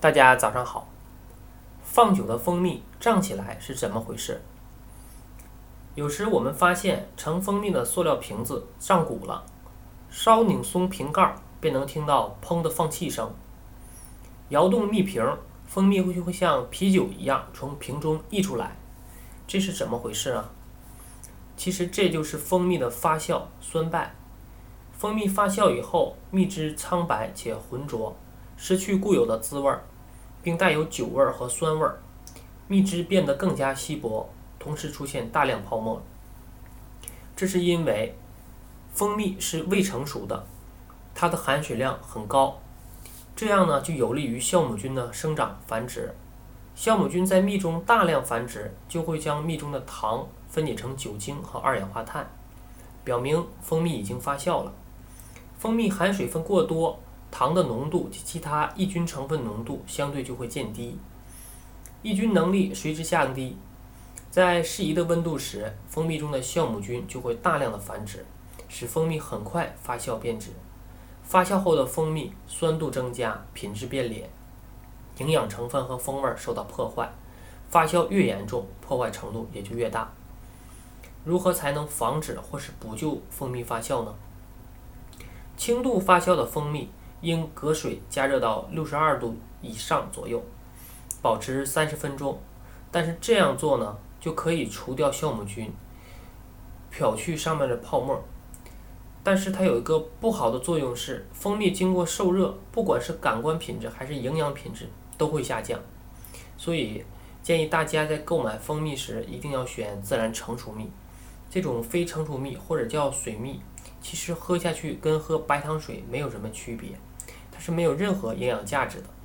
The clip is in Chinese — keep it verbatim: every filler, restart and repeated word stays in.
大家早上好。放久的蜂蜜胀起来是怎么回事？有时我们发现盛蜂蜜的塑料瓶子胀鼓了，稍拧松瓶盖便能听到砰的放气声。摇动蜜瓶，蜂蜜就会像啤酒一样从瓶中溢出来，这是怎么回事啊？其实这就是蜂蜜的发酵酸败。蜂蜜发酵以后，蜜汁苍白且浑浊，失去固有的滋味，并带有酒味和酸味，蜜汁变得更加稀薄，同时出现大量泡沫。这是因为蜂蜜是未成熟的，它的含水量很高，这样呢就有利于酵母菌的生长繁殖。酵母菌在蜜中大量繁殖，就会将蜜中的糖分解成酒精和二氧化碳，表明蜂蜜已经发酵了。蜂蜜含水分过多，糖的浓度及其他抑菌成分浓度相对就会渐低，抑菌能力随之降低。在适宜的温度时，蜂蜜中的酵母菌就会大量的繁殖，使蜂蜜很快发酵变质。发酵后的蜂蜜酸度增加，品质变劣，营养成分和风味受到破坏。发酵越严重，破坏程度也就越大。如何才能防止或是补救蜂蜜发酵呢？轻度发酵的蜂蜜应隔水加热到六十二度以上左右，保持三十分钟。但是这样做呢，就可以除掉酵母菌，漂去上面的泡沫。但是它有一个不好的作用是，蜂蜜经过受热，不管是感官品质还是营养品质都会下降。所以建议大家在购买蜂蜜时一定要选自然成熟蜜。这种非成熟蜜或者叫水蜜，其实喝下去跟喝白糖水没有什么区别，它是没有任何营养价值的。